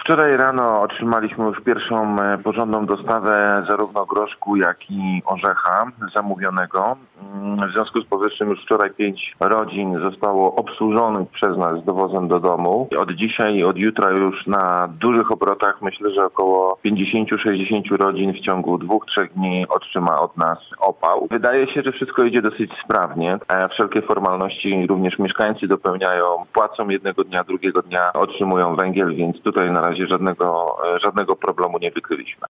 Wczoraj rano otrzymaliśmy już pierwszą porządną dostawę zarówno groszku, jak i orzecha zamówionego. W związku z powyższym już wczoraj 5 rodzin zostało obsłużonych przez nas z dowozem do domu. Od dzisiaj i od jutra już na dużych obrotach myślę, że około 50-60 rodzin w ciągu 2-3 dni otrzyma od nas opał. Wydaje się, że wszystko idzie dosyć sprawnie. Wszelkie formalności również mieszkańcy dopełniają, płacą jednego dnia, drugiego dnia otrzymują węgiel, więc tutaj na razie żadnego problemu nie wykryliśmy.